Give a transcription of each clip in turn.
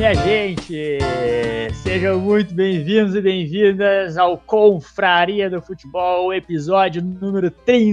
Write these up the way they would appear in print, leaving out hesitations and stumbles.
minha gente! Sejam muito bem-vindos e bem-vindas ao Confraria do Futebol, episódio número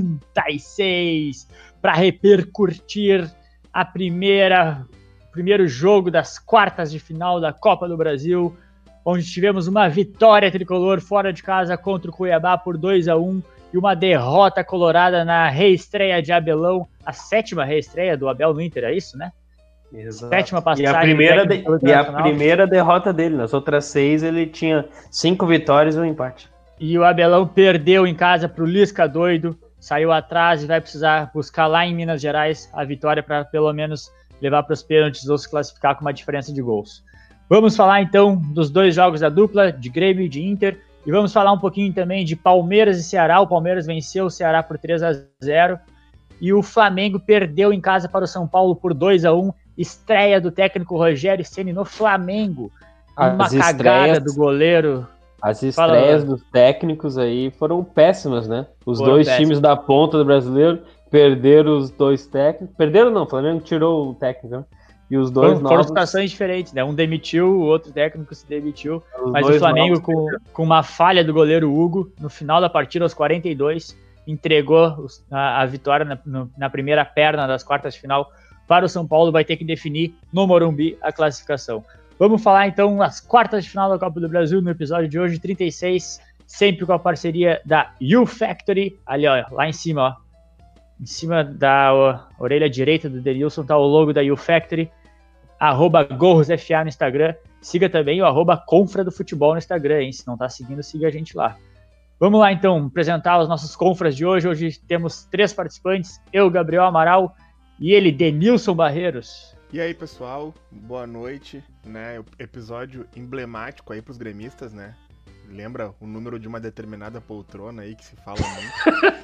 36, para repercutir o primeiro jogo das quartas de final da Copa do Brasil, onde tivemos uma vitória tricolor fora de casa contra o Cuiabá por 2-1 e uma derrota colorada na reestreia de Abelão, a sétima reestreia do Abel no Inter, é isso, né? Exato. Sétima passagem. E a primeira derrota dele. Nas outras 6 ele tinha 5 vitórias e um empate. E o Abelão perdeu em casa para o Lisca doido, saiu atrás e vai precisar buscar lá em Minas Gerais a vitória para pelo menos levar para os pênaltis ou se classificar com uma diferença de gols. Vamos falar então dos dois jogos da dupla, de Grêmio e de Inter, e vamos falar um pouquinho também de Palmeiras e Ceará. O Palmeiras venceu o Ceará por 3-0 e o Flamengo perdeu em casa para o São Paulo por 2-1. Estreia do técnico Rogério Ceni no Flamengo. Uma cagada do goleiro. As estreias dos técnicos aí foram péssimas, né? Os dois times da ponta do brasileiro perderam os dois técnicos. Perderam não, o Flamengo tirou o técnico, né? E os dois novos... Foram situações diferentes, né? Um demitiu, o outro técnico se demitiu. Mas o Flamengo, com uma falha do goleiro Hugo, no final da partida, aos 42, entregou a vitória na primeira perna das quartas de final para o São Paulo. Vai ter que definir no Morumbi a classificação. Vamos falar então das quartas de final da Copa do Brasil no episódio de hoje, 36, sempre com a parceria da U-Factory. Ali, ó, lá em cima, ó. Em cima da orelha direita do Denilson tá o logo da U-Factory, @GorrosFA no Instagram. Siga também o @Confra do Futebol no Instagram, hein? Se não tá seguindo, siga a gente lá. Vamos lá então, apresentar os nossos confras de hoje. Hoje temos 3 participantes, eu, Gabriel Amaral, e ele, Denilson Barreiros. E aí, pessoal, boa noite, né? Episódio emblemático aí pros gremistas, né? Lembra o número de uma determinada poltrona aí que se fala muito.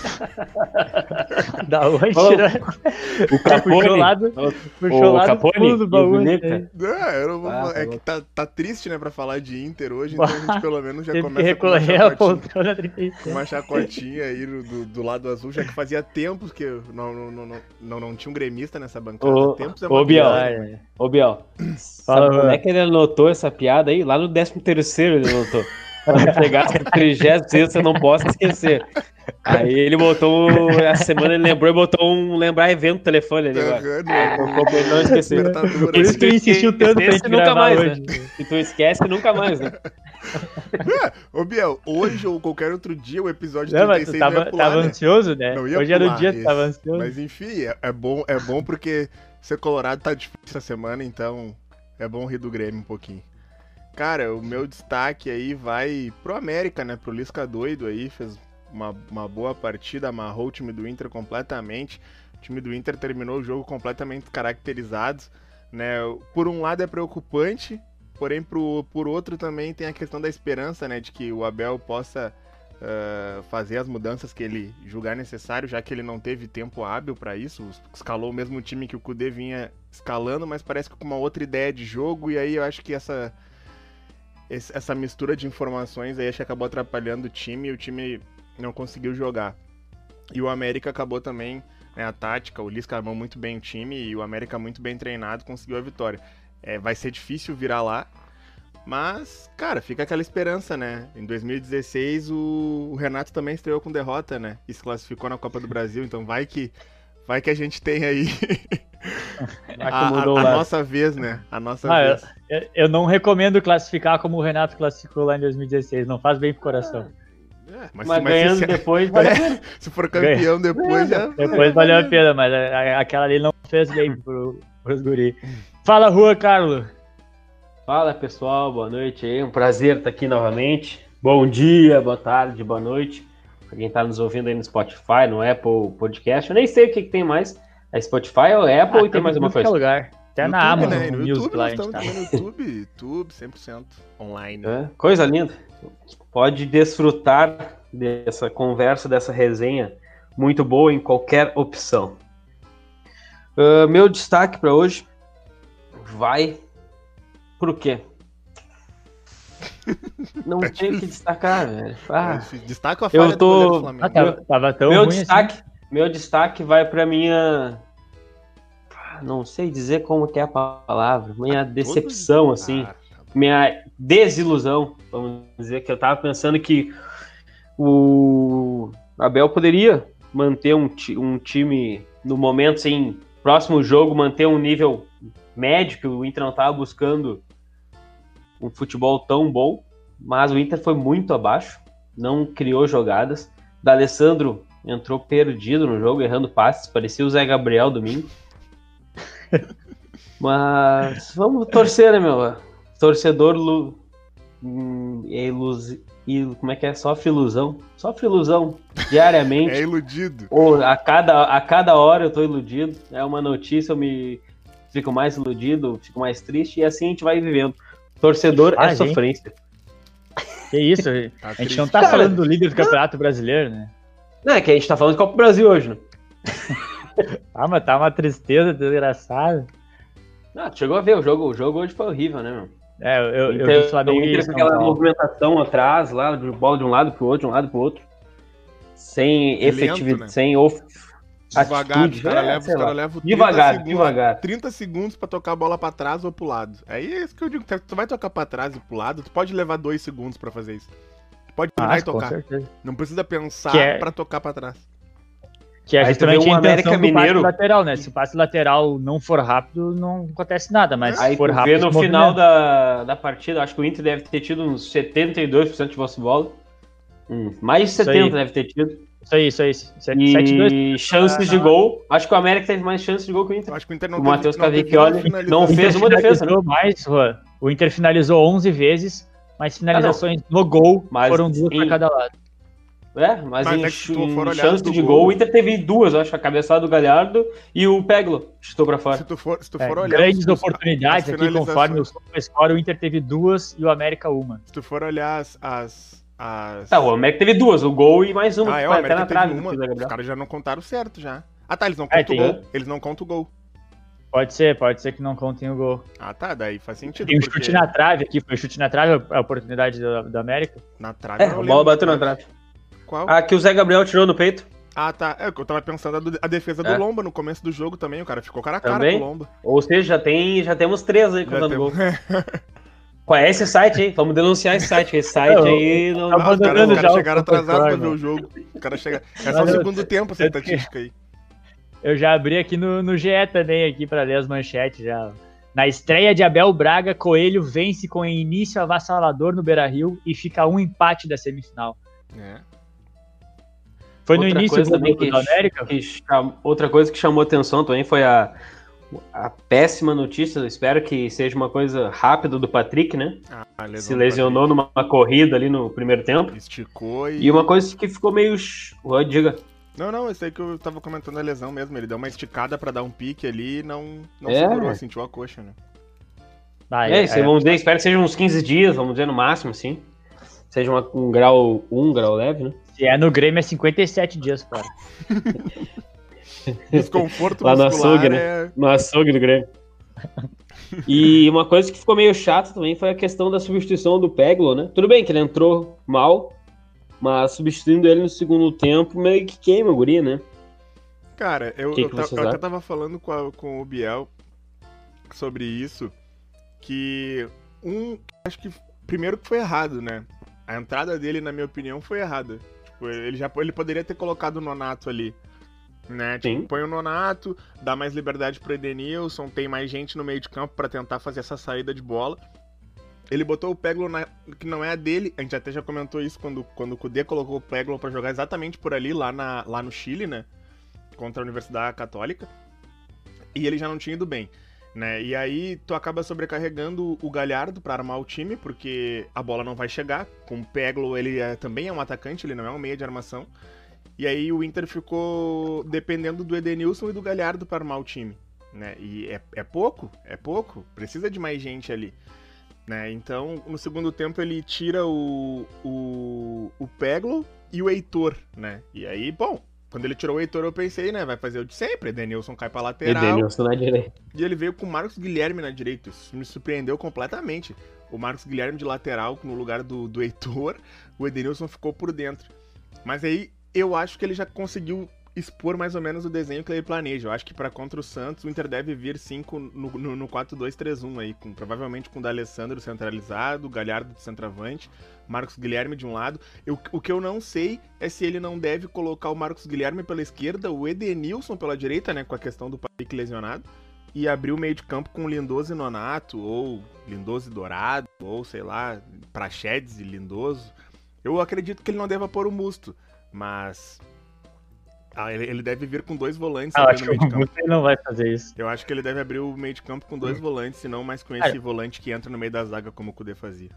Da onde, né? O Capone. Puxou lá do fundo do baú. É que tá triste, né, pra falar de Inter hoje, então a gente pelo menos já começa que recorrer a poltrona 36. Com uma chacotinha aí do lado azul, já que fazia tempos que não tinha um gremista nessa bancada. Ô, Biel, sabe como é que ele anotou essa piada aí? Lá no 13º ele anotou. Quando chegasse no 30º, você não possa esquecer. Aí ele botou, a semana ele lembrou e botou um lembrar evento no telefone ali agora. Não esquecer. Por isso que ele insistiu tanto pra gente nunca mais, hoje. Né? Se tu esquece, nunca mais, né? Ô, Biel, hoje ou qualquer outro dia o episódio 36 não ia pular, tava né? ansioso, né? Hoje era o dia que tava ansioso. Mas enfim, é bom porque ser colorado tá difícil essa semana, então é bom rir do Grêmio um pouquinho. Cara, o meu destaque aí vai pro América, né? Pro Lisca doido aí, fez uma boa partida, amarrou o time do Inter completamente. O time do Inter terminou o jogo completamente caracterizado, né? Por um lado é preocupante, porém por outro também tem a questão da esperança, né? De que o Abel possa fazer as mudanças que ele julgar necessário, já que ele não teve tempo hábil para isso. Escalou o mesmo time que o Kudê vinha escalando, mas parece que com uma outra ideia de jogo, e aí eu acho que essa mistura de informações aí acho que acabou atrapalhando o time e o time não conseguiu jogar. E o América acabou também, né, a tática, o Lisca armou muito bem o time e o América muito bem treinado conseguiu a vitória. Vai ser difícil virar lá, mas, cara, fica aquela esperança, né? Em 2016 o Renato também estreou com derrota, né? E se classificou na Copa do Brasil, então vai que a gente tem aí a nossa vez, né? A nossa vez. Eu não recomendo classificar como o Renato classificou lá em 2016, não faz bem pro coração. Mas ganhando depois... Se for campeão depois, já... Depois valeu a pena, mas aquela ali não fez bem pros guri. Fala, Rua, Carlos. Fala, pessoal, boa noite aí. Um prazer estar aqui novamente. Bom dia, boa tarde, boa noite. Pra quem tá nos ouvindo aí no Spotify, no Apple Podcast. Eu nem sei o que tem mais. É Spotify ou Apple e tem mais uma coisa? Lugar. Até na Amazon, né? No Music YouTube, lá nós estamos no YouTube 100% online. Coisa linda. Pode desfrutar dessa conversa, dessa resenha muito boa em qualquer opção. Meu destaque para hoje vai pro quê? Não tem o que destacar, velho. Destaca a falha do Flamengo. Tava tão ruim meu destaque vai pra minha... não sei dizer como que é a palavra, minha decepção, assim, minha desilusão, vamos dizer, que eu tava pensando que o Abel poderia manter um time no momento, assim, próximo jogo, manter um nível médio, que o Inter não tava buscando um futebol tão bom, mas o Inter foi muito abaixo, não criou jogadas. D'Alessandro entrou perdido no jogo, errando passes, parecia o Zé Gabriel domingo. Mas vamos torcer, né, meu? Torcedor como é que é? Sofre ilusão diariamente. É iludido. Ou a cada hora eu tô iludido. É uma notícia, eu me fico mais iludido, fico mais triste, e assim a gente vai vivendo. Torcedor é sofrência. Que isso? A gente não tá falando do líder do Campeonato Brasileiro, né? Não, é que a gente tá falando de Copa do Brasil hoje, né? Mas tá uma tristeza desgraçada. Não, tu chegou a ver, o jogo hoje foi horrível, né, meu? Eu vi o Flamengo e São aquela Paulo. Movimentação atrás, lá, de bola de um lado pro outro, sem efetividade, né? Sem devagar, atitude. Os caras levam devagar. 30 segundos pra tocar a bola pra trás ou pro lado. Aí é isso que eu digo, tu vai tocar pra trás e pro lado, tu pode levar 2 segundos pra fazer isso. Tu pode terminar e tocar. Não precisa pensar pra tocar pra trás. Que é justamente a intenção do passe lateral, né? Se o passe lateral não for rápido, não acontece nada, mas se for rápido... no final da partida, acho que o Inter deve ter tido uns 72% de posse de bola. Mais de 70% deve ter tido. Isso aí. 7-2. Chances de gol. Acho que o América teve mais chances de gol que o Inter. Acho que o Inter não o Matheus Cavicchioli não fez uma defesa. O Inter finalizou 11 vezes, mas finalizações no gol foram 2 para cada lado. Mas em chance de gol, o Inter teve 2, acho, a cabeçada do Galhardo e o Peglo chutou pra fora. Se tu for olhar... Grandes oportunidades aqui, conforme o score, o Inter teve 2 e o América 1. Se tu for olhar o América teve 2, o gol e mais uma. O América na trave. Os caras já não contaram certo, já. Eles não contam o gol. Eles não contam o gol. Pode ser que não contem o gol. Daí faz sentido. Tem um chute na trave aqui, foi chute na trave a oportunidade da América? Na trave, a bola bateu na trave. Qual? Que o Zé Gabriel tirou no peito. Tá. Eu tava pensando a defesa do Lomba no começo do jogo também. O cara ficou cara a cara com o Lomba. Ou seja, já temos 3 aí contando gol. Qual é esse site aí? Vamos denunciar esse site. Esse site aí não... Os caras chegaram atrasados pra ver o jogo. É só o segundo tempo essa estatística aí. Eu já abri aqui no GE também, aqui pra ler as manchetes já. Na estreia de Abel Braga, Coelho vence com início avassalador no Beira-Rio e fica um empate da semifinal. Foi no início do América? Outra coisa que chamou atenção também foi a péssima notícia, eu espero que seja uma coisa rápida, do Patrick, né? Se lesionou numa corrida ali no primeiro tempo. Esticou e uma coisa que ficou meio... Diga. Não, esse aí que eu tava comentando a lesão mesmo. Ele deu uma esticada pra dar um pique ali e não segurou, sentiu a coxa, né? Vamos dizer, espero que seja uns 15 dias, vamos dizer, no máximo, assim. Seja um grau leve, né? Se é no Grêmio, é 57 dias, cara. Desconforto lá no açougue, né? No açougue do Grêmio. E uma coisa que ficou meio chata também foi a questão da substituição do Peglo, né? Tudo bem que ele entrou mal, mas substituindo ele no segundo tempo meio que queima o guri, né? Cara, eu até tava falando com o Biel sobre isso, que acho que primeiro que foi errado, né? A entrada dele, na minha opinião, foi errada. Tipo, ele poderia ter colocado o Nonato ali, né? Tipo, põe o Nonato, dá mais liberdade pro Edenilson, tem mais gente no meio de campo pra tentar fazer essa saída de bola. Ele botou o Peglo que não é a dele, a gente até já comentou isso quando o Kudê colocou o Peglo pra jogar exatamente por ali, lá no Chile, né? Contra a Universidade Católica. E ele já não tinha ido bem, né? E aí tu acaba sobrecarregando o Galhardo pra armar o time, porque a bola não vai chegar. Com o Peglo, ele também é um atacante, ele não é um meia de armação. E aí o Inter ficou dependendo do Edenilson e do Galhardo pra armar o time, né? E é pouco, precisa de mais gente ali, né? Então, no segundo tempo ele tira o Peglo e o Heitor, né? E aí, bom, quando ele tirou o Heitor eu pensei, né, vai fazer o de sempre, Edenilson cai pra lateral. Edenilson na direita. E ele veio com o Marcos Guilherme na direita, isso me surpreendeu completamente. O Marcos Guilherme de lateral no lugar do Heitor, o Edenilson ficou por dentro. Mas aí eu acho que ele já conseguiu expor mais ou menos o desenho que ele planeja. Eu acho que para contra o Santos, o Inter deve vir sim no 4-2-3-1 aí, provavelmente com o D'Alessandro centralizado, o Galhardo de centroavante, Marcos Guilherme de um lado. O que eu não sei é se ele não deve colocar o Marcos Guilherme pela esquerda, o Edenilson pela direita, né, com a questão do Patrick lesionado, e abrir o meio de campo com Lindoso e Nonato, ou Lindoso e Dourado, ou sei lá, Praxedes e Lindoso. Eu acredito que ele não deva pôr o Musto, mas ele deve vir com 2 volantes acho no meio de campo. Ele não vai fazer isso. Eu acho que ele deve abrir o meio de campo com 2 volantes, e não mais com esse volante que entra no meio da zaga como o Kudê fazia.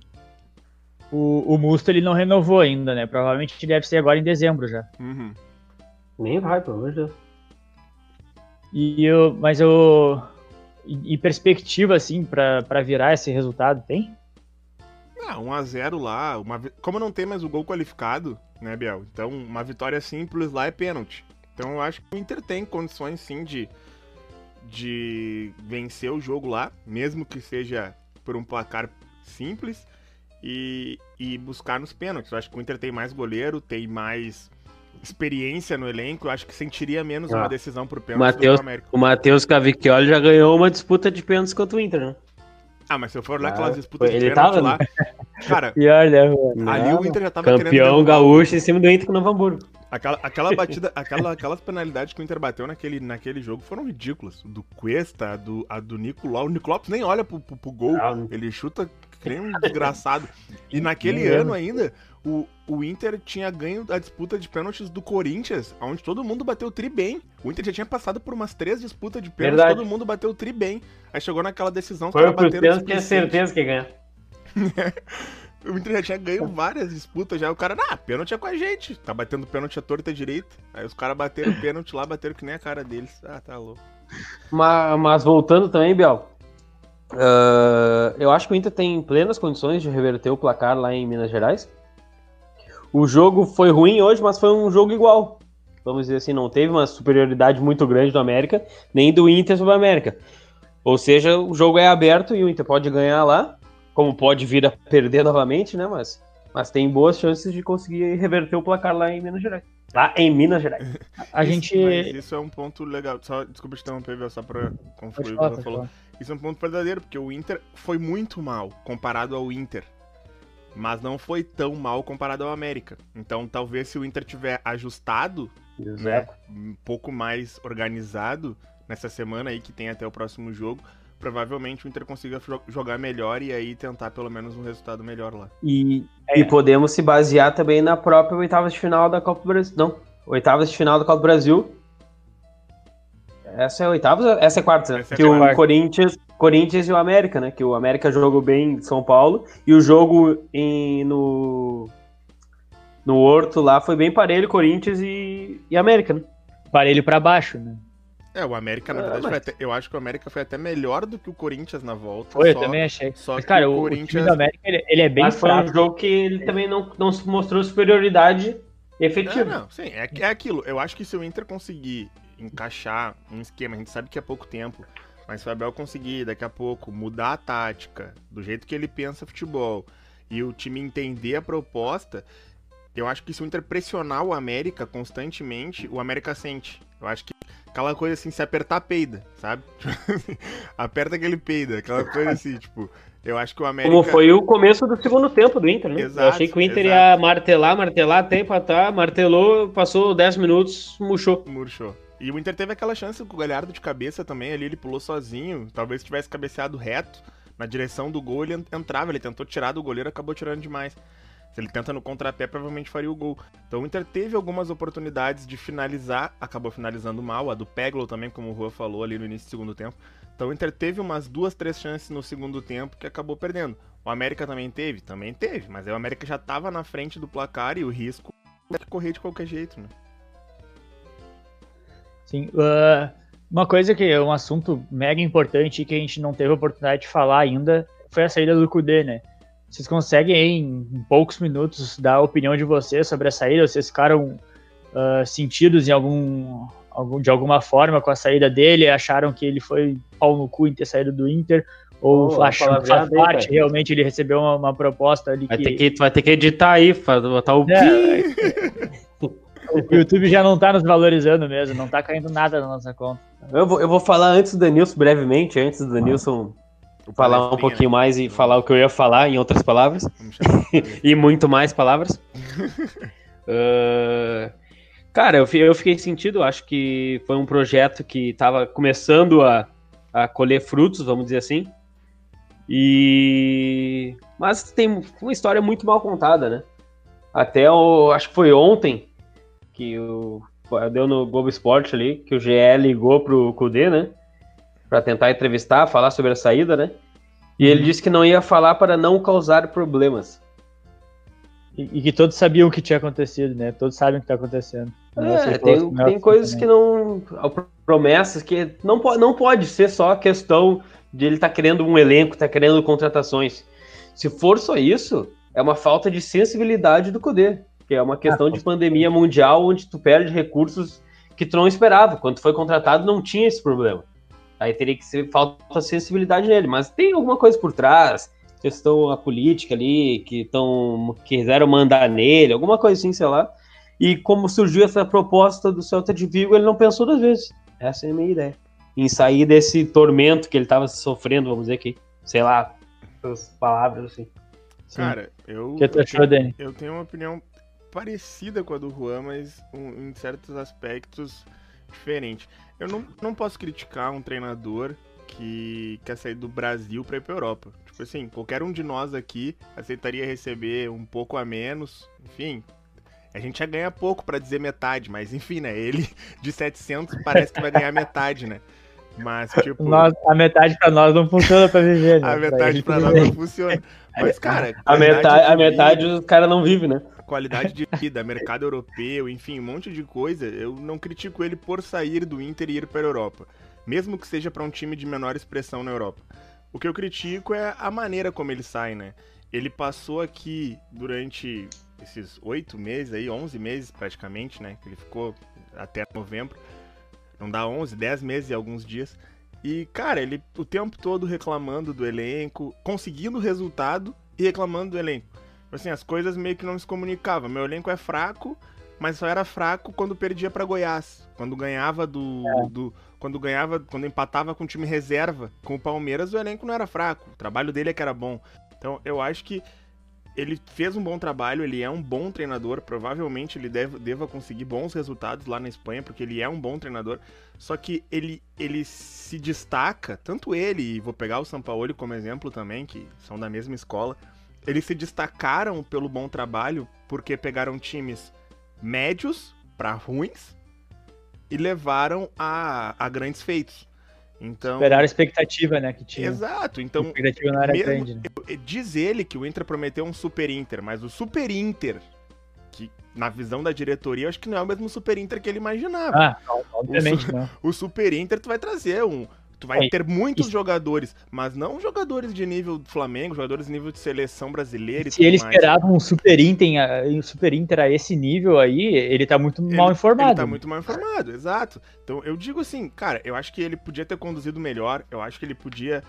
O Musto ele não renovou ainda, né? Provavelmente deve ser agora em dezembro já. Uhum. Nem vai, pelo amor de Deus. E perspectiva, assim, pra virar esse resultado, tem? 1-0 lá. Como não tem mais o gol qualificado, né, Biel? Então, uma vitória simples lá é pênalti. Então, eu acho que o Inter tem condições, sim, de vencer o jogo lá, mesmo que seja por um placar simples, e buscar nos pênaltis. Eu acho que o Inter tem mais goleiro, tem mais experiência no elenco. Eu acho que sentiria menos uma decisão por pênalti do que o América. O Matheus Cavicchioli já ganhou uma disputa de pênaltis contra o Inter, né? Mas se eu for lá aquelas disputas de ele pênalti tava, lá... Cara, pior, né, ali o Inter já tava campeão gaúcho em cima do Inter com o Novo Hamburgo. Aquela batida, aquelas penalidades que o Inter bateu naquele jogo foram ridículas. Do Cuesta, a do Nicolau. O Nicolau nem olha pro gol, ele chuta que nem um desgraçado. E naquele ano ainda, o Inter tinha ganho a disputa de pênaltis do Corinthians, onde todo mundo bateu tri bem. O Inter já tinha passado por umas 3 disputas de pênaltis, todo mundo bateu tri bem. Aí chegou naquela decisão, os caras bateram... Tinha certeza que ia ganhar. O Inter já tinha ganho várias disputas, já o cara, pênalti é com a gente, tá batendo pênalti à torta direita. Aí os caras bateram pênalti lá, bateram que nem a cara deles. Tá louco. Mas voltando também, Biel, eu acho que o Inter tem plenas condições de reverter o placar lá em Minas Gerais. O jogo foi ruim hoje, mas foi um jogo igual. Vamos dizer assim, não teve uma superioridade muito grande do América, nem do Inter sobre o América. Ou seja, o jogo é aberto e o Inter pode ganhar lá, como pode vir a perder novamente, né? Mas tem boas chances de conseguir reverter o placar lá em Minas Gerais. Lá em Minas Gerais. Mas isso é um ponto legal. Desculpa te interromper, só pra concluir o que você falou. Isso é um ponto verdadeiro, porque o Inter foi muito mal comparado ao Inter. Mas não foi tão mal comparado ao América. Então, talvez se o Inter tiver ajustado, né, um pouco mais organizado nessa semana aí que tem até o próximo jogo, provavelmente o Inter consiga jogar melhor e aí tentar pelo menos um resultado melhor lá. E podemos se basear também na própria oitavas de final da Copa do Brasil. Não, oitavas de final da Copa do Brasil. Essa é a oitava? Essa é a quarta, né? Que o Corinthians e o América, né? Que o América jogou bem em São Paulo e o jogo no Horto lá foi bem parelho, Corinthians e América, né? Parelho pra baixo, né? O América, na verdade, eu acho que o América foi até melhor do que o Corinthians na volta. Eu também achei. Mas, cara, o time do América, ele é bem fraco. Foi um jogo que ele também não mostrou superioridade efetiva. Não, sim, é aquilo. Eu acho que se o Inter conseguir encaixar um esquema, a gente sabe que é pouco tempo, mas se o Abel conseguir daqui a pouco mudar a tática, do jeito que ele pensa futebol, e o time entender a proposta, eu acho que se o Inter pressionar o América constantemente, o América sente. Eu acho que aquela coisa assim, se apertar, peida, sabe? Aperta aquele peida, aquela coisa assim, tipo, eu acho que o América... Como foi o começo do segundo tempo do Inter, né? Exato, eu achei que o Inter ia martelar, até empatar, martelou, passou 10 minutos, murchou. E o Inter teve aquela chance com o Galhardo de cabeça também, ali ele pulou sozinho, talvez tivesse cabeceado reto, na direção do gol ele entrava, ele tentou tirar do goleiro, acabou tirando demais. Se ele tenta no contrapé, provavelmente faria o gol. Então o Inter teve algumas oportunidades de finalizar, acabou finalizando mal, a do Peglo também, como o Rua falou ali no início do segundo tempo. Então o Inter teve umas 2, 3 chances no segundo tempo que acabou perdendo. O América também teve, mas aí o América já estava na frente do placar e o risco é correr de qualquer jeito, né? Sim, uma coisa que é um assunto mega importante que a gente não teve oportunidade de falar ainda foi a saída do Kudê, né? Vocês conseguem, em poucos minutos, dar a opinião de vocês sobre a saída? Vocês ficaram sentidos de alguma forma com a saída dele? Acharam que ele foi pau no cu em ter saído do Inter? Ou acharam que faz parte, realmente ele recebeu uma proposta ali vai ter que editar aí, botar o... O YouTube já não tá nos valorizando mesmo, não tá caindo nada na nossa conta. Eu vou falar antes do Denilson, brevemente, antes do Denilson falar um pouquinho mais e falar o que eu ia falar, em outras palavras. E muito mais palavras. Cara, eu fiquei sentido, acho que foi um projeto que estava começando a colher frutos, vamos dizer assim. Mas tem uma história muito mal contada, né? Até acho que foi ontem que deu no Globo Esporte ali, que o GE ligou pro Kudê, né? Pra tentar entrevistar, falar sobre a saída, né? E ele disse que não ia falar para não causar problemas. E que todos sabiam o que tinha acontecido, né? Todos sabem o que tá acontecendo. Tem coisas que não... Promessas que não pode ser só a questão de ele tá querendo um elenco, tá querendo contratações. Se for só isso, é uma falta de sensibilidade do Kudê, que é uma questão de pandemia mundial onde tu perde recursos que tu não esperava. Quando tu foi contratado, não tinha esse problema. Aí teria que ser falta de sensibilidade nele, mas tem alguma coisa por trás, questão a política ali, que quiseram mandar nele, alguma coisa assim, sei lá. E como surgiu essa proposta do Celta de Vigo, ele não pensou 2 vezes. Essa é a minha ideia. Em sair desse tormento que ele estava sofrendo, vamos dizer aqui, sei lá, as palavras assim. Cara, eu tenho uma opinião parecida com a do Juan, mas em certos aspectos diferente. Eu não posso criticar um treinador que quer sair do Brasil para ir pra Europa. Tipo assim, qualquer um de nós aqui aceitaria receber um pouco a menos, enfim. A gente já ganha pouco pra dizer metade, mas enfim, né? Ele de 700 parece que vai ganhar metade, né? Mas, tipo... a metade pra nós não funciona pra viver, né? A metade pra nós não funciona. Mas, cara... A metade os caras não vivem, né? Qualidade de vida, mercado europeu, enfim, um monte de coisa. Eu não critico ele por sair do Inter e ir pra Europa. Mesmo que seja pra um time de menor expressão na Europa. O que eu critico é a maneira como ele sai, né? Ele passou aqui durante esses 8 meses aí, 11 meses praticamente, né? Ele ficou até novembro. Não dá 11, 10 meses e alguns dias. E, cara, ele o tempo todo reclamando do elenco, conseguindo resultado e reclamando do elenco. Assim, as coisas meio que não se comunicavam. Meu elenco é fraco, mas só era fraco quando perdia pra Goiás. Quando ganhava quando empatava com o time reserva, com o Palmeiras, o elenco não era fraco. O trabalho dele é que era bom. Então, eu acho que ele fez um bom trabalho, ele é um bom treinador, provavelmente ele deva conseguir bons resultados lá na Espanha, porque ele é um bom treinador, só que ele se destaca, tanto ele, e vou pegar o Sampaoli como exemplo também, que são da mesma escola, eles se destacaram pelo bom trabalho, porque pegaram times médios para ruins e levaram a grandes feitos. Então, esperaram a expectativa, né, que tinha. Exato, então... A expectativa não era grande, né? Diz ele que o Inter prometeu um Super Inter, mas o Super Inter, que na visão da diretoria, eu acho que não é o mesmo Super Inter que ele imaginava. Obviamente não. O Super Inter tu vai trazer tu vai ter muitos jogadores, mas não jogadores de nível do Flamengo, jogadores de nível de seleção brasileira e se ele esperava um Super Inter a esse nível aí, ele tá muito mal informado. Ele tá muito mal informado, exato. Então eu digo assim, cara, eu acho que ele podia ter conduzido melhor, eu acho que ele podia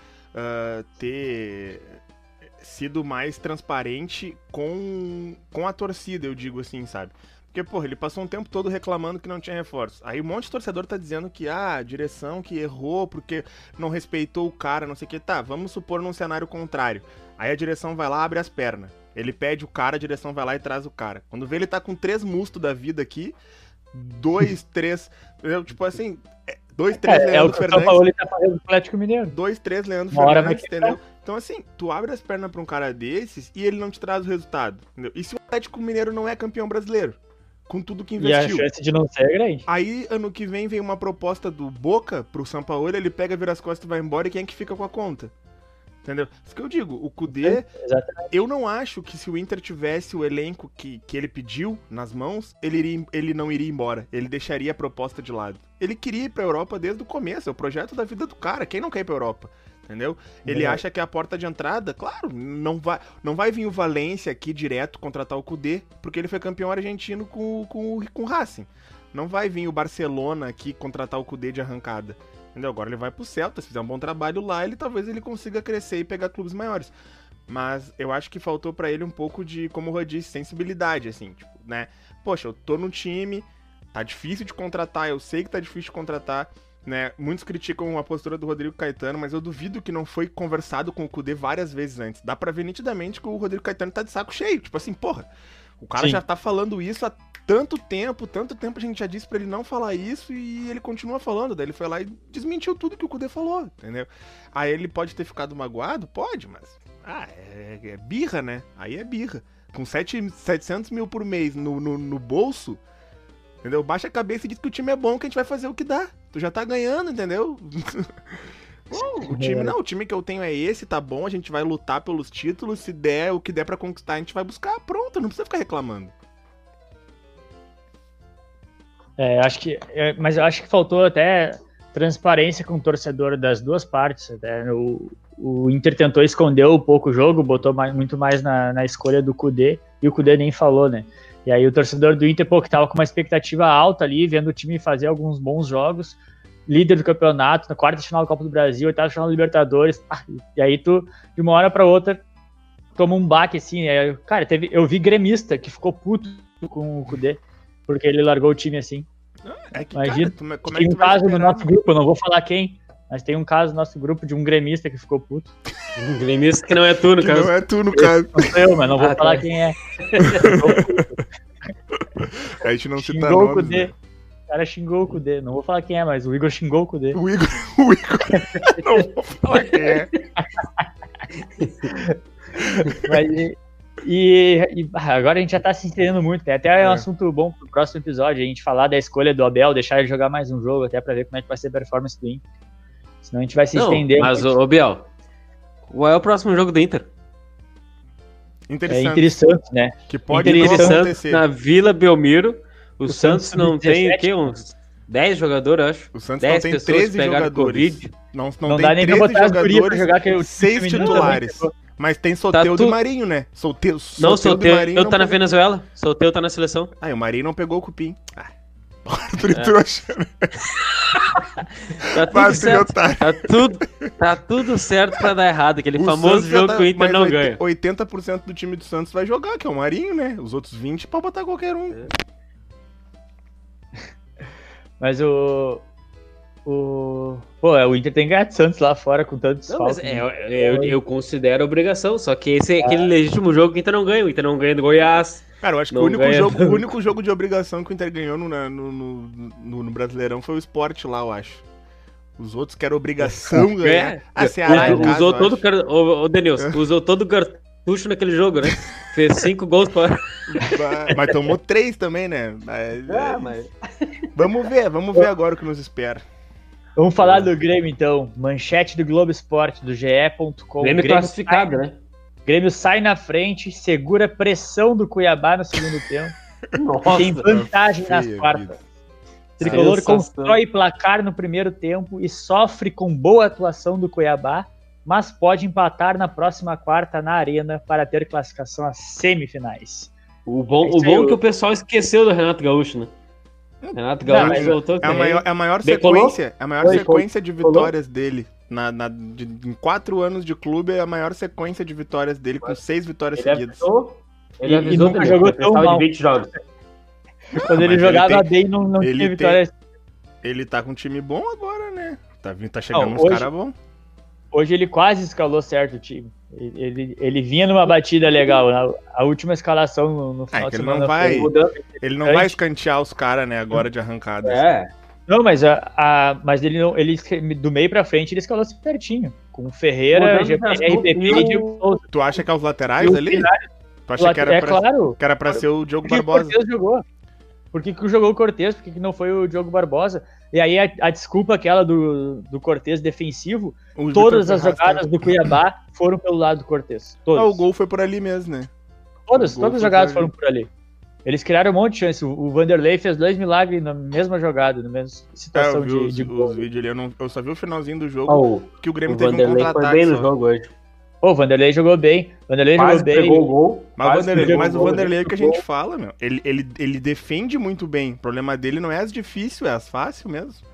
ter sido mais transparente com a torcida, eu digo assim, sabe? Porque, porra, ele passou um tempo todo reclamando que não tinha reforço. Aí um monte de torcedor tá dizendo que, a direção que errou porque não respeitou o cara, não sei o que. Tá, vamos supor num cenário contrário. Aí a direção vai lá, abre as pernas. Ele pede o cara, a direção vai lá e traz o cara. Quando vê, ele tá com 3 mustos da vida aqui, 2, 3... Tipo assim, 2, 3 Leandro Fernandes. O São Paulo tá fazendo o Atlético Mineiro. 2, 3 Leandro Fernandes, entendeu? Então assim, tu abre as pernas pra um cara desses e ele não te traz o resultado, entendeu? E se o Atlético Mineiro não é campeão brasileiro? Com tudo que investiu. E a chance de não ser é grande. Aí, ano que vem uma proposta do Boca pro Sampaoli, ele pega, vira as costas e vai embora, e quem é que fica com a conta? Entendeu? Isso que eu digo, o Kudê, eu não acho que se o Inter tivesse o elenco que ele pediu nas mãos, ele não iria embora, ele deixaria a proposta de lado. Ele queria ir pra Europa desde o começo, é o projeto da vida do cara, quem não quer ir pra Europa? Entendeu? Ele acha que é a porta de entrada, claro, não vai vir o Valência aqui direto contratar o Kudê, porque ele foi campeão argentino com o Racing. Não vai vir o Barcelona aqui contratar o Kudê de arrancada. Entendeu? Agora ele vai pro Celta, se fizer um bom trabalho lá, talvez ele consiga crescer e pegar clubes maiores. Mas eu acho que faltou pra ele um pouco de, como o Rô disse, sensibilidade, assim, tipo, né? Poxa, eu tô no time, Tá difícil de contratar, eu sei que tá difícil de contratar, né? Muitos criticam a postura do Rodrigo Caetano, mas eu duvido que não foi conversado com o Kudê várias vezes antes. Dá pra ver nitidamente que o Rodrigo Caetano tá de saco cheio. Tipo assim, porra, o cara já tá falando isso há tanto tempo a gente já disse pra ele não falar isso e ele continua falando. Daí ele foi lá e desmentiu tudo que o Kudê falou, entendeu? Aí ele pode ter ficado magoado? Pode, mas... é birra, né? Aí é birra. Com 700 mil por mês no bolso, entendeu? Baixa a cabeça e diz que o time é bom, que a gente vai fazer o que dá. Tu já tá ganhando, entendeu? O time que eu tenho é esse, tá bom, a gente vai lutar pelos títulos, se der o que der pra conquistar, a gente vai buscar, pronto, não precisa ficar reclamando. Mas eu acho que faltou até transparência com o torcedor das duas partes. Até. O Inter tentou esconder um pouco o jogo, botou muito mais na escolha do Kudê, e o Kudê nem falou, né? E aí o torcedor do Inter, que tava com uma expectativa alta ali, vendo o time fazer alguns bons jogos, líder do campeonato, na quarta de final da Copa do Brasil, oitava de final da Libertadores, e aí tu, de uma hora pra outra, toma um baque, assim, cara, eu vi gremista que ficou puto com o Kudê, porque ele largou o time assim. Imagina, cara, tem um caso no nosso grupo, eu não vou falar quem, mas tem um caso no nosso grupo de um gremista que ficou puto. Um gremista que não é tu, no caso. Não é tu, no caso. Não sou eu, mas não vou falar quem é. A gente não xingou cita nomes, o Kudê. né? O cara xingou o Kudê. Não vou falar quem é, mas o Igor xingou o Kudê. O Igor... Não vou falar quem é. Agora a gente já tá se entendendo muito, né? Até é um assunto bom pro próximo episódio, a gente falar da escolha do Abel, deixar ele jogar mais um jogo, até pra ver como é que vai ser a performance do Inter. Senão a gente vai se estender. Mas, ô Biel, qual é o próximo jogo do Inter? Interessante, né? Que pode não acontecer. Na Vila Belmiro, o Santos não tem o quê? Uns 10 jogadores, acho. O Santos não tem 13 jogadores. Não dá nem pra botar as gurias pra jogar, que é o 6 titulares. Mas tem Soteldo e Marinho, né? Soteldo e Marinho tá na Venezuela. Soteldo tá na seleção. E o Marinho não pegou o cupim. Trouxa. Tá tudo certo pra dar errado. Aquele famoso jogo que o Inter não ganha. 80% do time do Santos vai jogar, que é o Marinho, né? Os outros 20 pode botar qualquer um. Mas o Inter tem ganhado Santos lá fora com tantos faltos. Eu considero obrigação, só que esse é aquele legítimo jogo que o Inter não ganha. O Inter não ganha do Goiás. Cara, eu acho que o único jogo de obrigação que o Inter ganhou no Brasileirão foi o Sport lá, eu acho. Os outros que era obrigação ganhar. Ceará usou todo o Denilson, usou todo o cartucho naquele jogo, né? Fez 5 gols para... Mas tomou 3 também, né? Vamos ver agora o que nos espera. Vamos falar do Grêmio, então. Manchete do Globo Esporte, do GE.com. Grêmio classificado, né? Grêmio sai na frente, segura pressão do Cuiabá no segundo tempo. Tem vantagem nas quartas. Tricolor constrói placar no primeiro tempo e sofre com boa atuação do Cuiabá, mas pode empatar na próxima quarta na Arena para ter classificação às semifinais. O bom é que o pessoal esqueceu do Renato Gaúcho, né? Renato Gaúcho voltou. É a maior sequência de vitórias dele. Em 4 anos de clube, é a maior sequência de vitórias dele, com 6 vitórias seguidas. Ele avisou nunca jogou tão mal. De 20 jogos. Quando ele jogava bem, não tinha vitória. Ele tá com um time bom agora, né? Tá chegando uns caras bons. Hoje ele quase escalou certo o time. Ele vinha numa batida legal. A última escalação no final de semana ele não vai escantear os caras, né, agora de arrancada. Não, mas ele do meio pra frente ele escalou certinho. Com o Ferreira, RPP e Diego Souza. Tu acha que é os laterais ali? Tu acha que era pra ser o Diogo Barbosa? O Cortez jogou. Por que jogou o Cortez? Por que não foi o Diogo Barbosa? E aí a desculpa aquela do Cortez defensivo, todas as jogadas do Cuiabá foram pelo lado do Cortez. O gol foi por ali mesmo, né? Todas as jogadas foram por ali. Eles criaram um monte de chance. O Vanderlei fez 2 milagres na mesma jogada, na mesma situação de gol. Os vídeos ali, eu só vi o finalzinho do jogo, que o Grêmio teve um contra-ataque. Foi bem no jogo hoje. O Vanderlei jogou bem. Pegou o gol. Mas o Vanderlei é o que a gente fala, meu. Ele defende muito bem. O problema dele não é as difíceis, é as fáceis mesmo.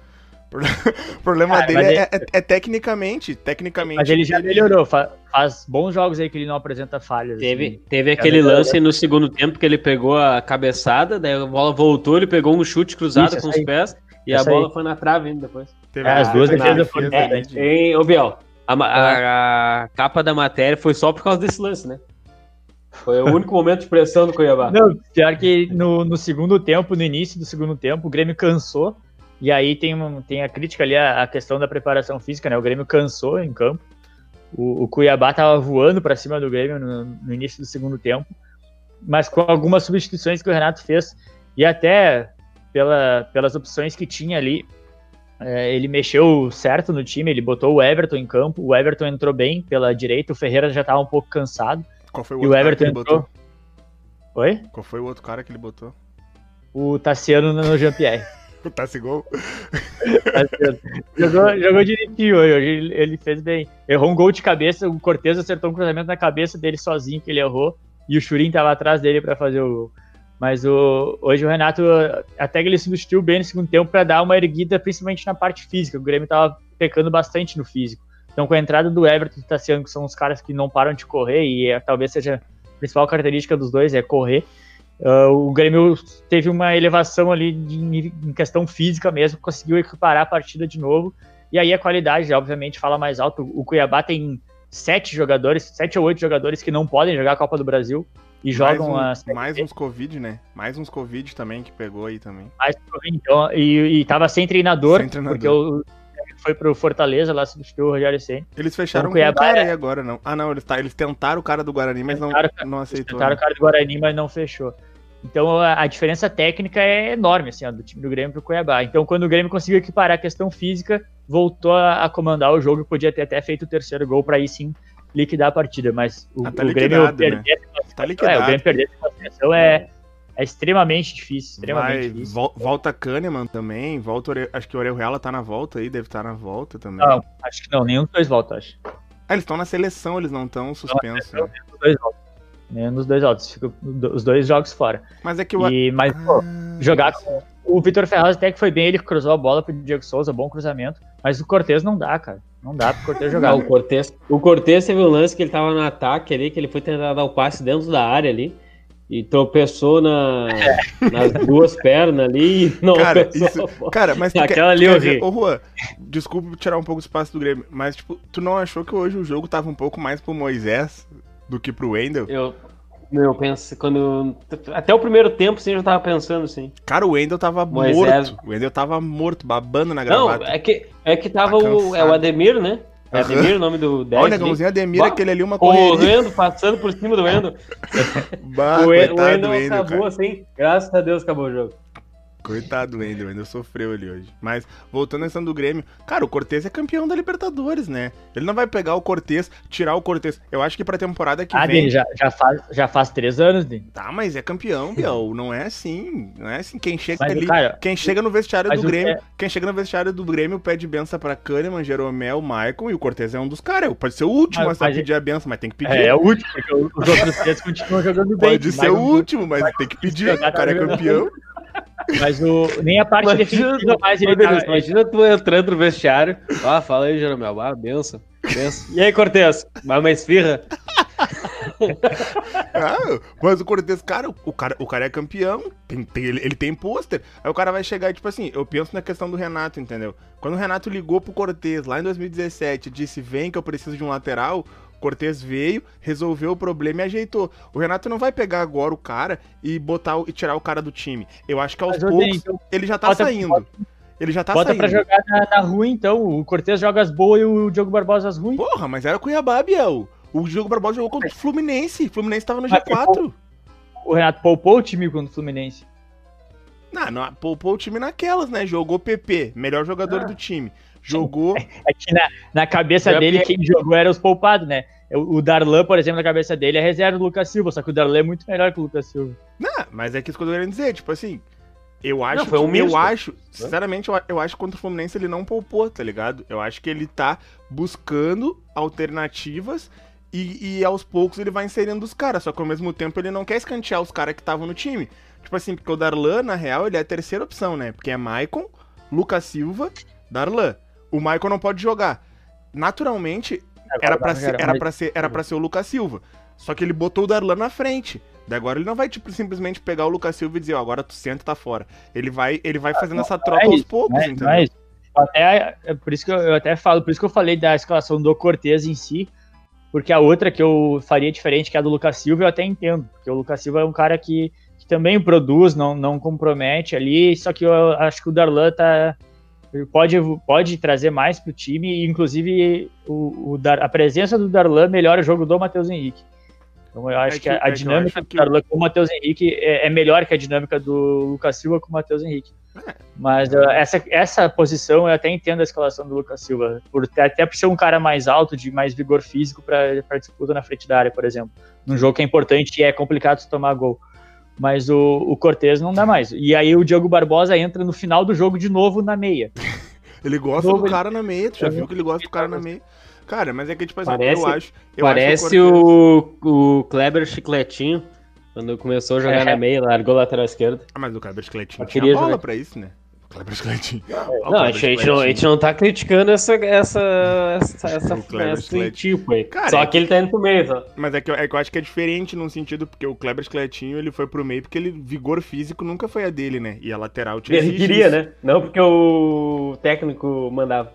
O problema dele é tecnicamente. Mas ele já melhorou, faz bons jogos aí que ele não apresenta falhas. Teve aquele lance no segundo tempo que ele pegou a cabeçada, daí a bola voltou, ele pegou um chute cruzado com os pés e a bola foi na trave ainda depois. As duas defesas foram Ô, Biel, a capa da matéria foi só por causa desse lance, né? Foi o único momento de pressão do Cuiabá. Não, pior que no segundo tempo, no início do segundo tempo, o Grêmio cansou. E aí tem a crítica ali, a questão da preparação física, né? O Grêmio cansou em campo. O Cuiabá tava voando para cima do Grêmio no início do segundo tempo. Mas com algumas substituições que o Renato fez, e até pelas opções que tinha ali, ele mexeu certo no time, ele botou o Everton em campo. O Everton entrou bem pela direita, o Ferreira já tava um pouco cansado. Qual foi o outro cara que ele botou? Oi? Qual foi o outro cara que ele botou? O Tassiano no Jean-Pierre. O Tassigol? Jogou direitinho hoje, ele fez bem. Errou um gol de cabeça, o Cortez acertou um cruzamento na cabeça dele sozinho, que ele errou, e o Churin tava atrás dele pra fazer o gol. Mas hoje o Renato, até que ele substituiu bem no segundo tempo pra dar uma erguida, principalmente na parte física. O Grêmio tava pecando bastante no físico. Então com a entrada do Everton e do Tassiano, que são os caras que não param de correr, e talvez seja a principal característica dos dois, é correr, o Grêmio teve uma elevação ali em questão física mesmo, conseguiu equiparar a partida de novo, e aí a qualidade, obviamente, fala mais alto. O Cuiabá tem 7 ou 8 jogadores que não podem jogar a Copa do Brasil e jogam mais uns Covid, né? Mais uns Covid também que pegou aí também. Mais Covid, então, e tava sem treinador. Porque foi pro Fortaleza, lá substituiu o Rogério Ceni. Eles fecharam com o cara aí agora, não. Ah, não, eles tentaram o cara do Guarani, mas não aceitou. Tentaram o cara do Guarani, mas não fechou. Então a diferença técnica é enorme, assim, do time do Grêmio pro Cuiabá. Então quando o Grêmio conseguiu equiparar a questão física, voltou a comandar o jogo e podia ter até feito o terceiro gol para aí sim liquidar a partida. Mas o Grêmio perder o Grêmio perder essa classificação é extremamente difícil. Volta Kahneman também, acho que o Orejuela tá na volta aí, deve estar na volta também. Não, acho que não, nenhum dos dois volta, acho. Eles estão na seleção, eles não estão suspensos. Nenhum dos dois volta. Nenhum dos dois volta, fica os dois jogos fora. Mas é que jogar com o Vitor Ferraz até que foi bem, ele cruzou a bola pro Diego Souza, bom cruzamento, mas o Cortez não dá, cara. Não dá pro Cortez jogar. Não, o Cortez teve um lance que ele tava no ataque ali, que ele foi tentar dar o passe dentro da área ali. E tropeçou nas duas pernas ali e não pensou. Cara, mas aquela ali eu ri. Ô, Juan, desculpa tirar um pouco o espaço do Grêmio, mas tipo, tu não achou que hoje o jogo tava um pouco mais pro Moisés do que pro Wendel? Eu penso, até o primeiro tempo, sim, eu já tava pensando, assim. Cara, o Wendel tava morto. O Wendel tava morto, babando na gravata. Não, é que tava o Ademir, né? É Ademir, o nome do 10. Olha o negãozinho Ademir, aquele ali, uma correria. Correndo, passando por cima do Wendel. O Wendel acabou, cara. Assim, graças a Deus acabou o jogo. Coitado do Wendel, ainda sofreu ali hoje. Mas, voltando à questão do Grêmio, cara, o Cortez é campeão da Libertadores, né? Ele não vai pegar o Cortez, tirar o Cortez. Eu acho que pra temporada que vem... Dele, já faz 3 anos, dele. Tá, mas é campeão, Biel. Não é assim. Não é assim. Quem chega ali... Cara, quem chega no vestiário do Grêmio... Quem chega no vestiário do Grêmio pede benção pra Kahneman, Jeromel, Maicon, e o Cortez é um dos caras. Pode ser o último a pedir a benção, mas tem que pedir. É o último, porque os outros 3 continuam jogando bem. Pode ser o último, mas tem que pedir. O cara é campeão. Mas nem a parte definitiva mais ele tá... Imagina tu entrando no vestiário. Fala aí, Jeromel. Benção. E aí, Cortez? Vai uma esfirra? Mas o Cortez, cara, o cara é campeão. Ele tem pôster. Aí o cara vai chegar e, tipo assim, eu penso na questão do Renato, entendeu? Quando o Renato ligou pro Cortez lá em 2017 e disse, vem que eu preciso de um lateral... Cortez veio, resolveu o problema e ajeitou. O Renato não vai pegar agora o cara e tirar o cara do time. Eu acho que aos poucos ele já tá saindo. Ele já tá saindo. Bota pra jogar na rua, então. O Cortez joga as boas e o Diogo Barbosa as ruins. Porra, mas era Cuiabá, Biel. O Diogo Barbosa jogou contra o Fluminense. O Fluminense tava no G4. O Renato poupou o time contra o Fluminense. Não, poupou o time naquelas, né? Jogou PP, melhor jogador do time. Jogou... É que na cabeça dele, quem jogou era os poupados, né? O Darlan, por exemplo, na cabeça dele é reserva do Lucas Silva, só que o Darlan é muito melhor que o Lucas Silva. Não, mas é que isso que eu tô querendo dizer, tipo assim, sinceramente, eu acho que contra o Fluminense ele não poupou, tá ligado? Eu acho que ele tá buscando alternativas e aos poucos ele vai inserindo os caras, só que ao mesmo tempo ele não quer escantear os caras que estavam no time. Tipo assim, porque o Darlan, na real, ele é a terceira opção, né? Porque é Maicon, Lucas Silva Darlan. O Michael não pode jogar. Naturalmente, era pra ser o Lucas Silva. Só que ele botou o Darlan na frente. Daí agora ele não vai, tipo, simplesmente pegar o Lucas Silva e dizer, ó, agora tu senta e tá fora. Ele vai fazendo essa troca aos poucos, entendeu? Por isso que eu até falo, por isso que eu falei da escalação do Cortez em si, porque a outra que eu faria diferente, que é a do Lucas Silva, eu até entendo. Porque o Lucas Silva é um cara que também produz, não compromete ali, só que eu acho que o Darlan pode trazer mais pro time, e inclusive a presença do Darlan melhora o jogo do Matheus Henrique. Então eu acho que a dinâmica do Darlan com o Matheus Henrique é melhor que a dinâmica do Lucas Silva com o Matheus Henrique. Mas essa posição eu até entendo a escalação do Lucas Silva, até por ser um cara mais alto, de mais vigor físico para disputa na frente da área, por exemplo. Num jogo que é importante e é complicado se tomar gol. Mas o Cortez não dá mais. E aí o Diogo Barbosa entra no final do jogo de novo na meia. Ele gosta do cara na meia, tu já viu que ele gosta do cara na meia. Cara, mas é que, tipo assim, parece o Kleber Chicletinho, quando começou a jogar na meia, largou a lateral esquerda. Mas o Kleber Chicletinho tinha bola pra isso, né? O Kleber Chicletinho. Não, a gente não tá criticando esse tipo aí. Cara, só que ele tá indo pro meio, só. Mas é que eu acho que é diferente num sentido, porque o Kleber Chicletinho, ele foi pro meio porque vigor físico nunca foi a dele, né? E a lateral tinha ele queria, né? Não porque o técnico mandava.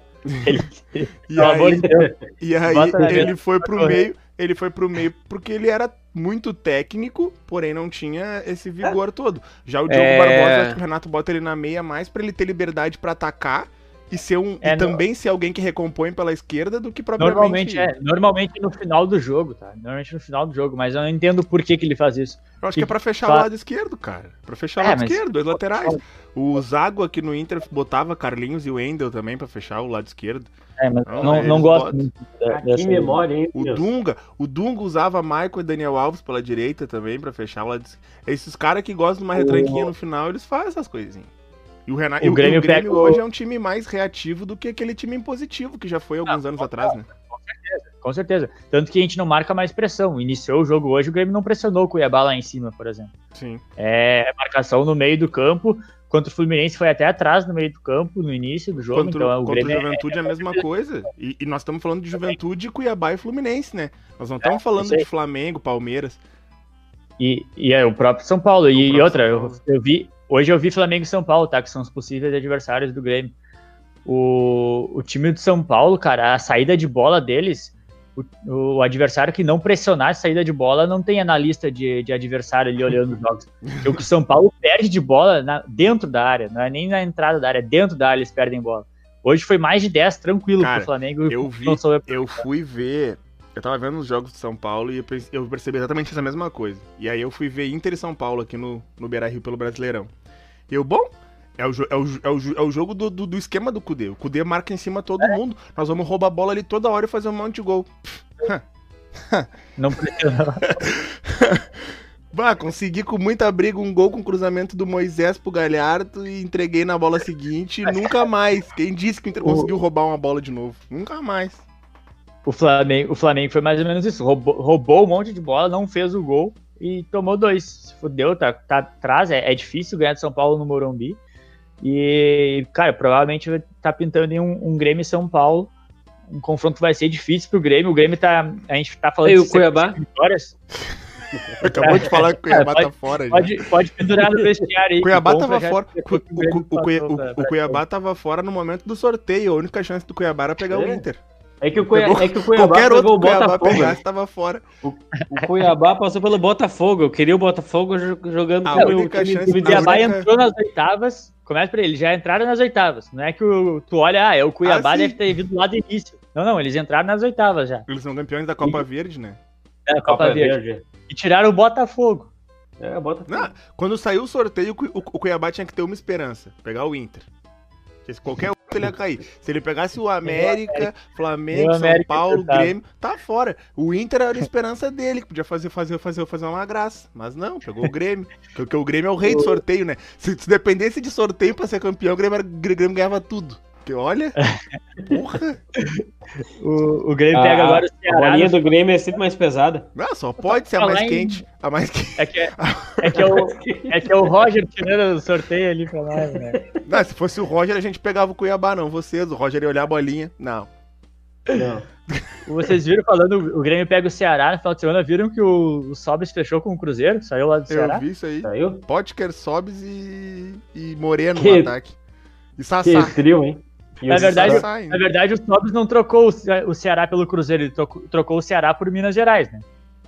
E aí ele foi pro meio. Ele foi pro meio porque ele era muito técnico, porém não tinha esse vigor todo. Já o Diogo Barbosa, acho que o Renato bota ele na meia mais pra ele ter liberdade pra atacar e ser também ser alguém que recompõe pela esquerda do que propriamente... Normalmente no final do jogo, tá? Normalmente no final do jogo, mas eu não entendo por que ele faz isso. Eu acho que é pra fechar o lado esquerdo, cara. Pra fechar o lado esquerdo, os laterais. O Zago aqui no Inter botava Carlinhos e o Wendel também pra fechar o lado esquerdo. Mas não gosto muito dessa memória, hein? O Dunga usava Michael e Daniel Alves pela direita também pra fechar o lado esquerdo. Esses caras que gostam de uma retranquinha no final, eles fazem essas coisinhas. E o Grêmio hoje é um time mais reativo do que aquele time impositivo que já foi alguns anos atrás, né? Com certeza. Tanto que a gente não marca mais pressão. Iniciou o jogo hoje, o Grêmio não pressionou o Cuiabá lá em cima, por exemplo. Sim. É marcação no meio do campo. Contra o Fluminense foi até atrás no meio do campo, no início do jogo. Contra o Juventude é a mesma coisa. E nós estamos falando de Juventude, Cuiabá e Fluminense, né? Nós não estamos falando de Flamengo, Palmeiras. E é o próprio São Paulo. E outra, hoje eu vi Flamengo e São Paulo, tá? Que são os possíveis adversários do Grêmio. O time do São Paulo, cara, a saída de bola deles, o adversário que não pressionar a saída de bola não tem analista de adversário ali olhando os jogos. O que o São Paulo perde de bola dentro da área, não é nem na entrada da área, dentro da área eles perdem bola. Hoje foi mais de 10 tranquilo pro Flamengo. Eu fui ver, eu tava vendo os jogos do São Paulo e eu percebi exatamente essa mesma coisa. E aí eu fui ver Inter e São Paulo aqui no Beira-Rio pelo Brasileirão. É o jogo do esquema do Kudê. O Kudê marca em cima de todo mundo. Nós vamos roubar a bola ali toda hora e fazer um monte de gol. Não precisa. Consegui com muita briga um gol com cruzamento do Moisés pro Galhardo e entreguei na bola seguinte. Nunca mais. Quem disse que o Inter conseguiu roubar uma bola de novo? Nunca mais. O Flamengo foi mais ou menos isso. Roubou um monte de bola, não fez o gol e tomou 2. Se fudeu, tá atrás. É difícil ganhar de São Paulo no Morumbi. E, cara, provavelmente vai tá pintando em um Grêmio e São Paulo. Um confronto que vai ser difícil pro Grêmio. O Grêmio a gente tá falando de Cuiabá? Vitórias. Acabou de falar que o Cuiabá tá fora. Pode pendurar no vestiário aí. O Cuiabá tava fora. O Cuiabá tava fora no momento do sorteio. A única chance do Cuiabá era pegar o Inter. É que o Cuiabá qualquer outro Cuiabá pegasse tava fora. O Cuiabá passou pelo Botafogo. Eu queria o Botafogo jogando a única chance. O Cuiabá entrou nas oitavas. Começa por ele, já entraram nas oitavas. Não é que tu olha, o Cuiabá deve ter vindo lá do início. Não, eles entraram nas oitavas já. Eles são campeões da Copa Verde, né? É, a Copa Verde. E tiraram o Botafogo. Quando saiu o sorteio, o Cuiabá tinha que ter uma esperança, pegar o Inter. Porque se qualquer outro ele ia cair. Se ele pegasse o América, Flamengo, São Paulo, Grêmio, tá fora. O Inter era a esperança dele, que podia fazer uma graça. Mas não, pegou o Grêmio. Porque o Grêmio é o rei do sorteio, né? Se dependesse de sorteio pra ser campeão, o Grêmio ganhava tudo. Que olha. Porra. O Grêmio pega agora o Ceará. A bolinha do Grêmio é sempre mais pesada. Não, só pode ser a mais quente. A mais quente. É que é o Roger tirando o sorteio ali pra nós, né? Não, se fosse o Roger, a gente pegava o Cuiabá, não. Vocês, o Roger ia olhar a bolinha. Não. Vocês viram falando, o Grêmio pega o Ceará no final de semana, viram que o Sobis fechou com o Cruzeiro? Saiu lá do Ceará? Eu vi isso aí. Saiu? Potker, Sobis e Moreno no ataque. E Sassá. Que trio, hein? Na verdade, o Sobis não trocou o Ceará pelo Cruzeiro, ele trocou o Ceará por Minas Gerais, né?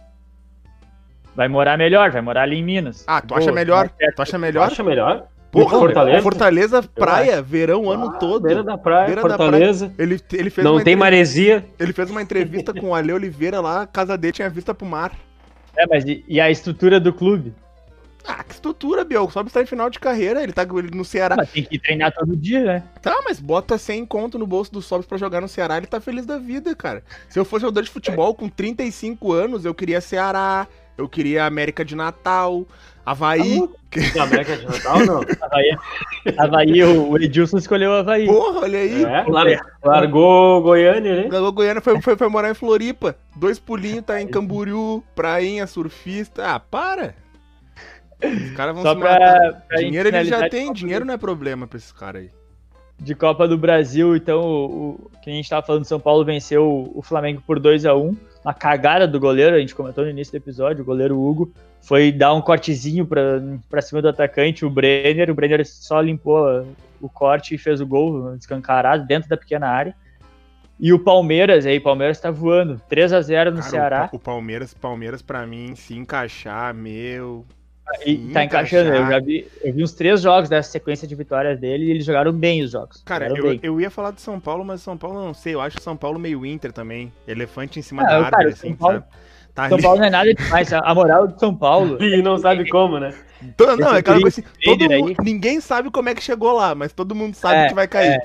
Vai morar melhor, vai morar ali em Minas. Ah, tu acha melhor? Tu acha melhor? Acha melhor? Porra, Fortaleza praia, verão o ano todo. Beira da praia, Beira Fortaleza. Da praia. Ele fez não tem maresia. Ele fez uma entrevista com o Ale Oliveira lá, a casa dele tinha vista pro mar. Mas e a estrutura do clube? Ah, que estrutura, Biel. O Sobis tá em final de carreira, ele tá no Ceará. Mas tem que treinar todo dia, né? Tá, mas bota 100 conto no bolso do Sobis pra jogar no Ceará, ele tá feliz da vida, cara. Se eu fosse jogador de futebol com 35 anos, eu queria Ceará, eu queria América de Natal, Avaí. América de Natal, não. Avaí, o Edilson escolheu o Avaí. Porra, olha aí. Largou Goiânia, né? Largou Goiânia, foi morar em Floripa. 2 pulinhos, tá em Camboriú, prainha, surfista. Ah, para. Os caras vão só se pra matar. Dinheiro eles já têm, dinheiro não é problema pra esses caras aí. De Copa do Brasil, então, que a gente tava falando, São Paulo venceu o Flamengo por 2-1. Uma cagada do goleiro, a gente comentou no início do episódio, o goleiro Hugo foi dar um cortezinho pra cima do atacante, o Brenner só limpou o corte e fez o gol escancarado dentro da pequena área. E o Palmeiras tá voando, 3-0 no Ceará. O Palmeiras pra mim, se encaixar, tá encaixando, eu vi uns 3 jogos dessa sequência de vitórias dele e eles jogaram bem os jogos. Cara, eu ia falar do São Paulo, mas São Paulo não sei, eu acho o São Paulo meio Inter também, elefante em cima da árvore, cara, assim, sabe? Tá São Paulo não é nada demais, a moral do São Paulo... E não sabe como, né? Não, é aquela coisa assim, ninguém sabe como é que chegou lá, mas todo mundo sabe que vai cair.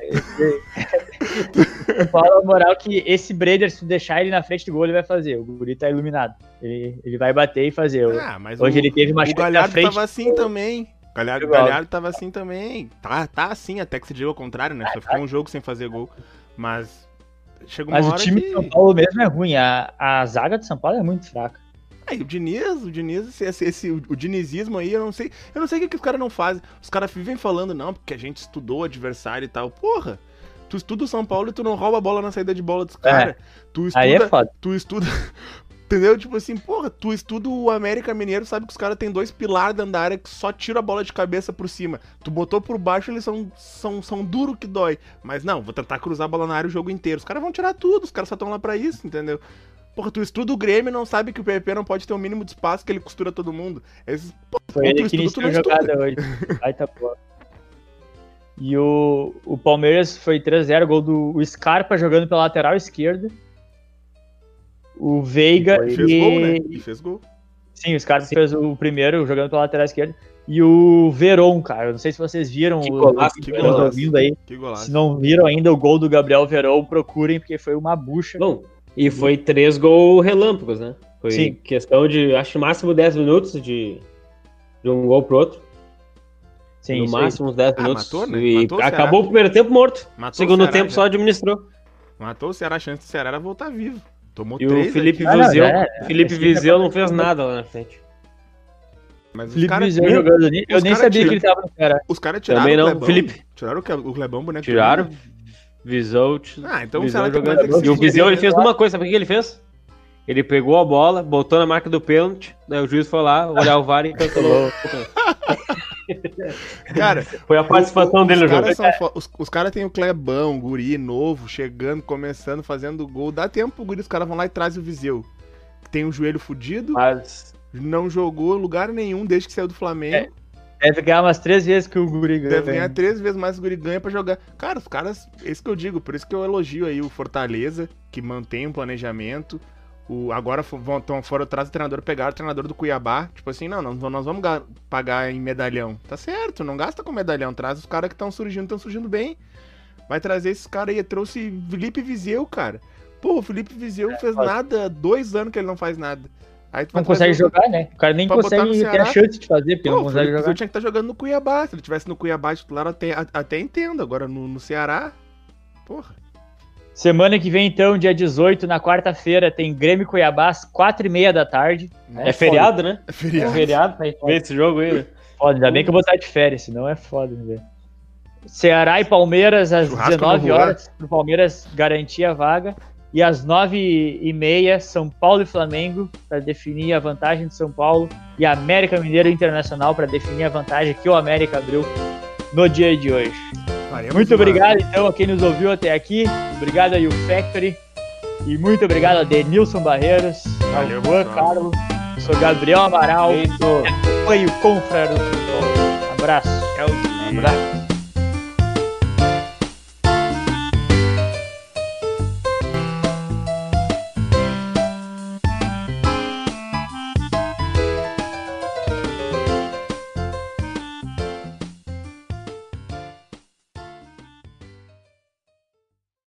São Paulo, a moral que esse Brenner, se deixar ele na frente do gol, ele vai fazer. O guri tá iluminado. Ele vai bater e fazer. Mas hoje ele teve uma chance na frente. Tava assim também. Galhardo tava assim também. Tá assim, até que se diga ao contrário, né? Só ficou um jogo sem fazer gol. Mas chega uma hora o time de São Paulo mesmo é ruim. A zaga de São Paulo é muito fraca. O Diniz, o dinizismo aí, eu não sei o que os caras não fazem. Os caras vivem falando, não, porque a gente estudou o adversário e tal. Porra, tu estuda o São Paulo e tu não rouba a bola na saída de bola dos caras. Aí é foda. Tu estuda, entendeu? Tipo assim, porra, tu estuda o América Mineiro, sabe que os caras tem 2 pilares dentro da área que só tira a bola de cabeça por cima. Tu botou por baixo, eles são duro que dói. Mas não, vou tentar cruzar a bola na área o jogo inteiro. Os caras vão tirar tudo, os caras só estão lá pra isso, entendeu? Porra, tu estuda o Grêmio e não sabe que o PP não pode ter o mínimo de espaço que ele costura todo mundo. Foi ele que iniciou a jogada hoje. Aí tá boa. E o Palmeiras foi 3-0, gol do Scarpa jogando pela lateral esquerda. O Veiga fez gol, né? E fez gol. Sim, o Scarpa fez o primeiro jogando pela lateral esquerda. E o Veron, cara, eu não sei se vocês viram que golaço. Aí. Que golaço. Se não viram ainda o gol do Gabriel Veron, procurem, porque foi uma bucha. Bom, e foi 3 gols relâmpagos, né? Foi questão de, acho, máximo 10 minutos de um gol pro outro. Sim, no máximo uns 10 minutos. Matou, né? E acabou o primeiro tempo morto. Segundo tempo só administrou. Matou o Ceará, a chance do Ceará era voltar vivo. Tomou e 3. O Felipe Viseu não fez nada lá na frente. Mas Felipe Viseu jogando ali, eu nem sabia que ele tava no Ceará. Os caras tiraram também não, o Clebão. Felipe. Tiraram o Clebão, boneco. Tiraram. Viseu. Então o Ceará jogando. E o Viseu, ele fez uma coisa, sabe o que ele fez? Ele pegou a bola, botou na marca do pênalti, daí o juiz foi lá, olhar o VAR e cancelou. Cara, foi a participação dele no jogo. Os caras têm o Clebão, guri novo, chegando, começando, fazendo gol. Dá tempo pro guri, os caras vão lá e trazem o Viseu. Tem um joelho fudido, não jogou em lugar nenhum desde que saiu do Flamengo. Deve ganhar umas 3 vezes que o guri ganha. Deve ganhar 3 vezes mais que o guri ganha pra jogar. Cara, os caras, isso que eu digo, por isso que eu elogio aí o Fortaleza, que mantém um planejamento. Agora estão fora atrás do treinador, pegaram o treinador do Cuiabá. Tipo assim, nós vamos pagar em medalhão. Tá certo, não gasta com medalhão. Traz os caras que estão surgindo bem. Vai trazer esses caras aí. Trouxe Felipe Viseu, cara. Pô, o Felipe Viseu fez nada, 2 anos que ele não faz nada. Aí tu não consegue jogar, né? O cara nem consegue ter a chance de fazer, porque não consegue jogar. O Viseu tinha que estar jogando no Cuiabá. Se ele tivesse no Cuiabá titular, até entendo. Agora no Ceará... Porra. Semana que vem, então, dia 18, na quarta-feira, tem Grêmio Cuiabá, às 4h30 da tarde. É feriado, né? É feriado. É feriado pra gente ver esse jogo aí, né? Foda, ainda bem que eu vou estar de férias, senão é foda, né? Ceará e Palmeiras às Churrasco 19 horas, pro Palmeiras garantir a vaga. E às 9h30, São Paulo e Flamengo, para definir a vantagem de São Paulo. E América Mineiro Internacional, para definir a vantagem que o América abriu no dia de hoje. Muito obrigado, então, a quem nos ouviu até aqui. Obrigado aí, o Factory. E muito obrigado a Denilson Barreiros, ao Juan Carlos. Eu sou Gabriel Amaral. Foi o Confra do Futebol. Abraço. Abraço.